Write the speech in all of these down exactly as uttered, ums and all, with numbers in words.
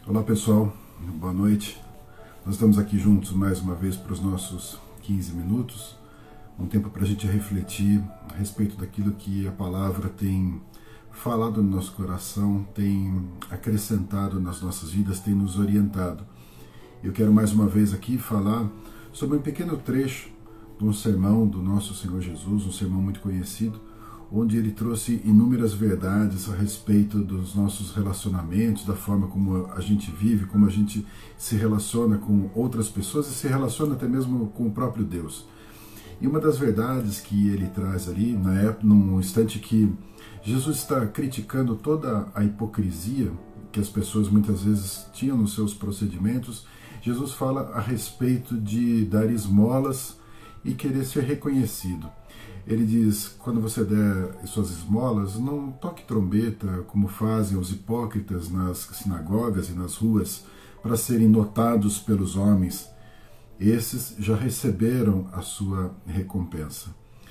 Olá pessoal, boa noite. Nós estamos aqui juntos mais uma vez para os nossos quinze minutos, um tempo para a gente refletir a respeito daquilo que a palavra tem falado no nosso coração, tem acrescentado nas nossas vidas, tem nos orientado. Eu quero mais uma vez aqui falar sobre um pequeno trecho de um sermão do nosso Senhor Jesus, um sermão muito conhecido, onde ele trouxe inúmeras verdades a respeito dos nossos relacionamentos, da forma como a gente vive, como a gente se relaciona com outras pessoas e se relaciona até mesmo com o próprio Deus. E uma das verdades que ele traz ali, na época, num instante que Jesus está criticando toda a hipocrisia que as pessoas muitas vezes tinham nos seus procedimentos, Jesus fala a respeito de dar esmolas e querer ser reconhecido. Ele diz, quando você der suas esmolas, não toque trombeta como fazem os hipócritas nas sinagogas e nas ruas para serem notados pelos homens. Esses já receberam a sua recompensa.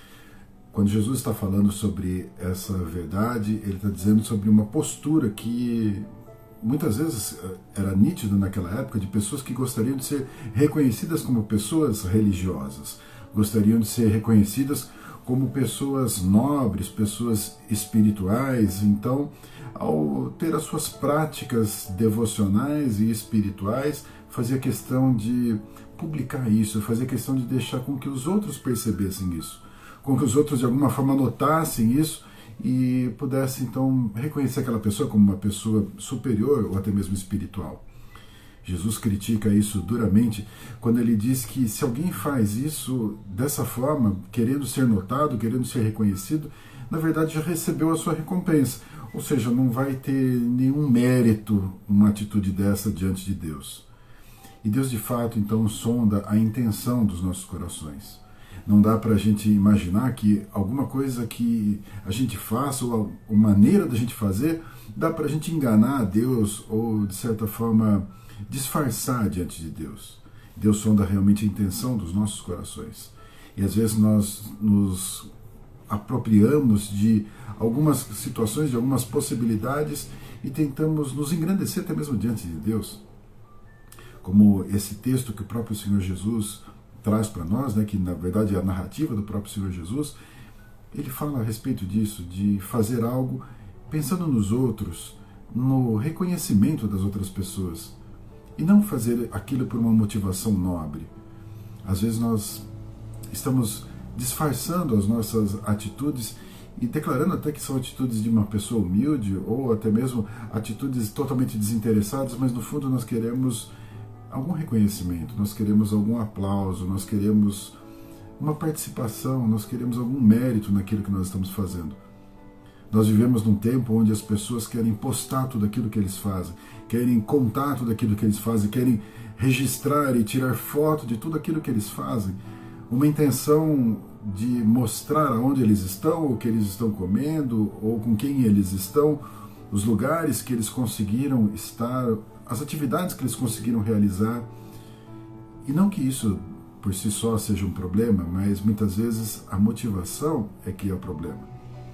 Quando Jesus está falando sobre essa verdade, ele está dizendo sobre uma postura que muitas vezes era nítido naquela época de pessoas que gostariam de ser reconhecidas como pessoas religiosas, gostariam de ser reconhecidas como pessoas nobres, pessoas espirituais. Então, ao ter as suas práticas devocionais e espirituais, fazia questão de publicar isso, fazia questão de deixar com que os outros percebessem isso, com que os outros de alguma forma notassem isso e pudessem então reconhecer aquela pessoa como uma pessoa superior ou até mesmo espiritual. Jesus critica isso duramente quando ele diz que se alguém faz isso dessa forma, querendo ser notado, querendo ser reconhecido, na verdade já recebeu a sua recompensa. Ou seja, não vai ter nenhum mérito uma atitude dessa diante de Deus. E Deus de fato então sonda a intenção dos nossos corações. Não dá para a gente imaginar que alguma coisa que a gente faça ou a maneira da gente fazer dá para a gente enganar a Deus ou de certa forma disfarçar diante de Deus. Deus sonda realmente a intenção dos nossos corações. E às vezes nós nos apropriamos de algumas situações, de algumas possibilidades e tentamos nos engrandecer até mesmo diante de Deus. Como esse texto que o próprio Senhor Jesus traz para nós, né, que na verdade é a narrativa do próprio Senhor Jesus, ele fala a respeito disso, de fazer algo pensando nos outros, no reconhecimento das outras pessoas. E não fazer aquilo por uma motivação nobre. Às vezes nós estamos disfarçando as nossas atitudes e declarando até que são atitudes de uma pessoa humilde ou até mesmo atitudes totalmente desinteressadas, mas no fundo nós queremos algum reconhecimento, nós queremos algum aplauso, nós queremos uma participação, nós queremos algum mérito naquilo que nós estamos fazendo. Nós vivemos num tempo onde as pessoas querem postar tudo aquilo que eles fazem, querem contar tudo aquilo que eles fazem, querem registrar e tirar foto de tudo aquilo que eles fazem, uma intenção de mostrar aonde eles estão, o que eles estão comendo, ou com quem eles estão, os lugares que eles conseguiram estar, as atividades que eles conseguiram realizar. E não que isso por si só seja um problema, mas muitas vezes a motivação é que é o problema.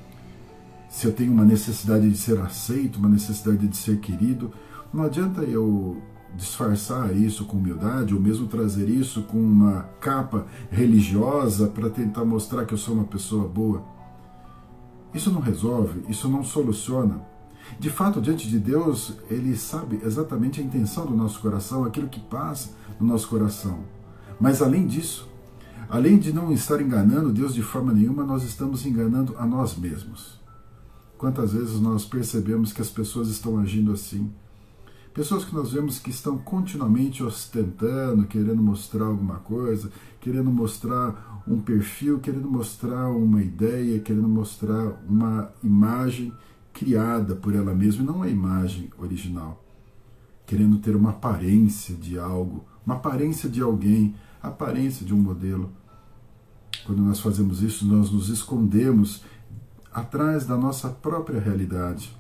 Se eu tenho uma necessidade de ser aceito, uma necessidade de ser querido, não adianta eu disfarçar isso com humildade, ou mesmo trazer isso com uma capa religiosa para tentar mostrar que eu sou uma pessoa boa. Isso não resolve, isso não soluciona. De fato, diante de Deus, Ele sabe exatamente a intenção do nosso coração, aquilo que passa no nosso coração. Mas além disso, além de não estar enganando Deus de forma nenhuma, nós estamos enganando a nós mesmos. Quantas vezes nós percebemos que as pessoas estão agindo assim? Pessoas que nós vemos que estão continuamente ostentando, querendo mostrar alguma coisa, querendo mostrar um perfil, querendo mostrar uma ideia, querendo mostrar uma imagem criada por ela mesma, e não a imagem original. Querendo ter uma aparência de algo, uma aparência de alguém, a aparência de um modelo. Quando nós fazemos isso, nós nos escondemos atrás da nossa própria realidade.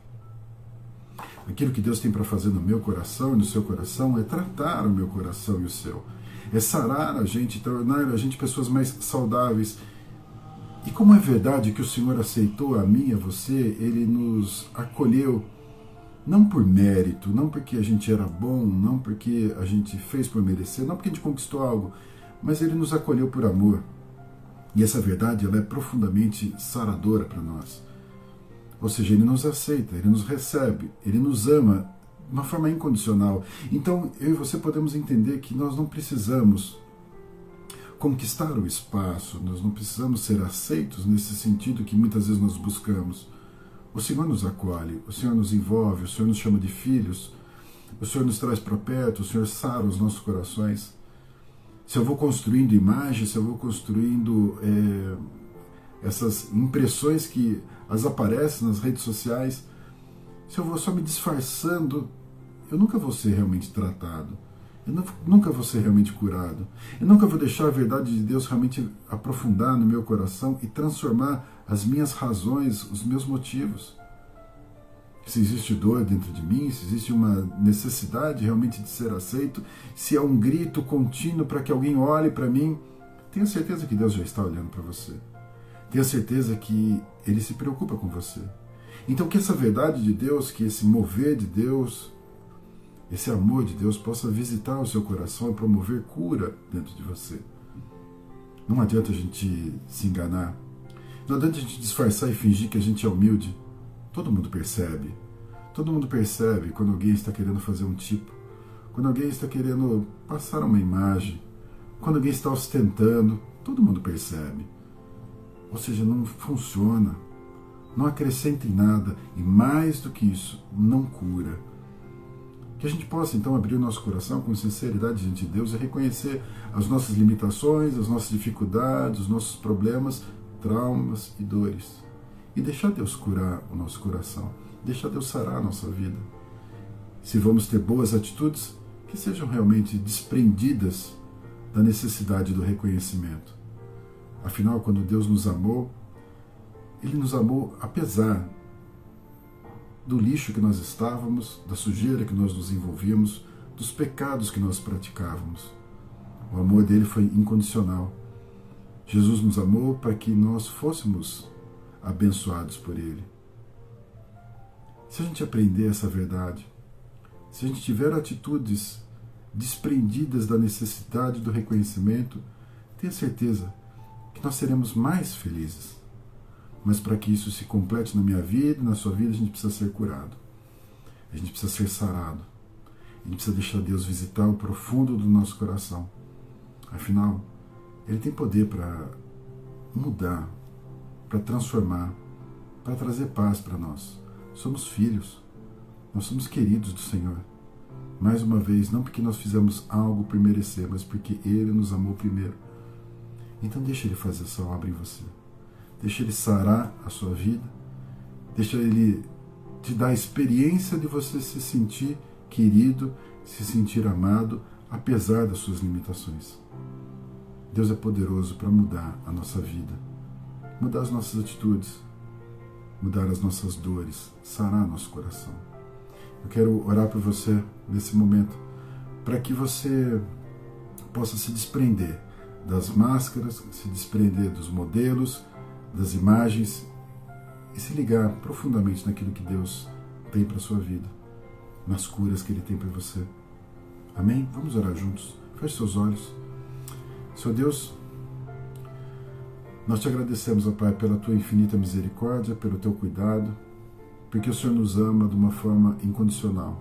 Aquilo que Deus tem para fazer no meu coração e no seu coração é tratar o meu coração e o seu. É sarar a gente, tornar a gente pessoas mais saudáveis. E como é verdade que o Senhor aceitou a mim e a você, Ele nos acolheu, não por mérito, não porque a gente era bom, não porque a gente fez por merecer, não porque a gente conquistou algo, mas Ele nos acolheu por amor. E essa verdade ela é profundamente saradora para nós. Ou seja, Ele nos aceita, Ele nos recebe, Ele nos ama de uma forma incondicional. Então, eu e você podemos entender que nós não precisamos conquistar o espaço, nós não precisamos ser aceitos nesse sentido que muitas vezes nós buscamos. O Senhor nos acolhe, o Senhor nos envolve, o Senhor nos chama de filhos, o Senhor nos traz para perto, o Senhor sara os nossos corações. Se eu vou construindo imagens, se eu vou construindo é, essas impressões que as aparecem nas redes sociais, se eu vou só me disfarçando, eu nunca vou ser realmente tratado. Eu não, nunca vou ser realmente curado. Eu nunca vou deixar a verdade de Deus realmente aprofundar no meu coração e transformar as minhas razões, os meus motivos. Se existe dor dentro de mim, se existe uma necessidade realmente de ser aceito, se é um grito contínuo para que alguém olhe para mim, tenha certeza que Deus já está olhando para você. Tenha certeza que Ele se preocupa com você. Então que essa verdade de Deus, que esse mover de Deus, esse amor de Deus possa visitar o seu coração e promover cura dentro de você. Não adianta a gente se enganar. Não adianta a gente disfarçar e fingir que a gente é humilde. Todo mundo percebe. Todo mundo percebe quando alguém está querendo fazer um tipo. Quando alguém está querendo passar uma imagem. Quando alguém está ostentando. Todo mundo percebe. Ou seja, não funciona. Não acrescenta em nada. E mais do que isso, não cura. Que a gente possa, então, abrir o nosso coração com sinceridade diante de Deus e reconhecer as nossas limitações, as nossas dificuldades, os nossos problemas, traumas e dores. E deixar Deus curar o nosso coração, deixar Deus sarar a nossa vida. Se vamos ter boas atitudes, que sejam realmente desprendidas da necessidade do reconhecimento. Afinal, quando Deus nos amou, Ele nos amou apesar do lixo que nós estávamos, da sujeira que nós nos envolvíamos, dos pecados que nós praticávamos. O amor dele foi incondicional. Jesus nos amou para que nós fôssemos abençoados por Ele. Se a gente aprender essa verdade, se a gente tiver atitudes desprendidas da necessidade do reconhecimento, tenha certeza que nós seremos mais felizes. Mas para que isso se complete na minha vida e na sua vida, a gente precisa ser curado. A gente precisa ser sarado. A gente precisa deixar Deus visitar o profundo do nosso coração. Afinal, Ele tem poder para mudar, para transformar, para trazer paz para nós. Somos filhos. Nós somos queridos do Senhor. Mais uma vez, não porque nós fizemos algo por merecer, mas porque Ele nos amou primeiro. Então deixa Ele fazer essa obra em você. Deixa Ele sarar a sua vida. Deixa Ele te dar a experiência de você se sentir querido, se sentir amado, apesar das suas limitações. Deus é poderoso para mudar a nossa vida, mudar as nossas atitudes, mudar as nossas dores, sarar nosso coração. Eu quero orar por você nesse momento, para que você possa se desprender das máscaras, se desprender dos modelos, das imagens e se ligar profundamente naquilo que Deus tem para a sua vida, nas curas que Ele tem para você. Amém? Vamos orar juntos. Feche seus olhos. Senhor Deus, nós te agradecemos, ó Pai, pela Tua infinita misericórdia, pelo Teu cuidado, porque o Senhor nos ama de uma forma incondicional.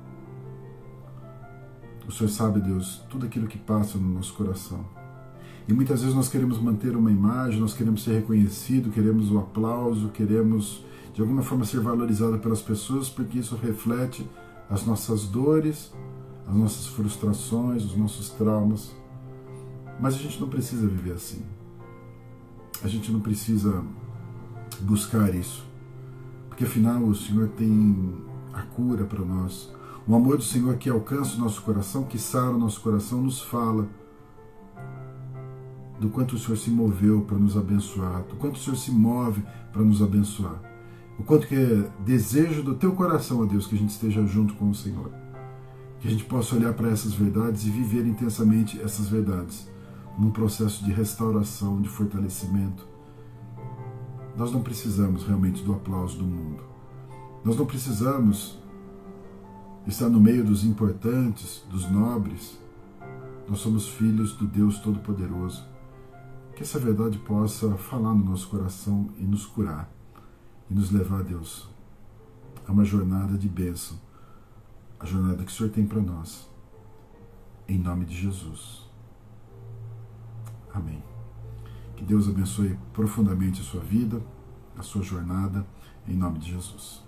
O Senhor sabe, Deus, tudo aquilo que passa no nosso coração. E muitas vezes nós queremos manter uma imagem, nós queremos ser reconhecidos, queremos o aplauso, queremos de alguma forma ser valorizado pelas pessoas, porque isso reflete as nossas dores, as nossas frustrações, os nossos traumas. Mas a gente não precisa viver assim. A gente não precisa buscar isso. Porque afinal o Senhor tem a cura para nós. O amor do Senhor que alcança o nosso coração, que sara o nosso coração, nos fala do quanto o Senhor se moveu para nos abençoar, do quanto o Senhor se move para nos abençoar, o quanto que é desejo do teu coração, ó Deus, que a gente esteja junto com o Senhor, que a gente possa olhar para essas verdades e viver intensamente essas verdades, num processo de restauração, de fortalecimento. Nós não precisamos realmente do aplauso do mundo, nós não precisamos está no meio dos importantes, dos nobres. Nós somos filhos do Deus Todo-Poderoso. Que essa verdade possa falar no nosso coração e nos curar, e nos levar, Deus, a uma jornada de bênção, a jornada que o Senhor tem para nós. Em nome de Jesus. Amém. Que Deus abençoe profundamente a sua vida, a sua jornada, em nome de Jesus.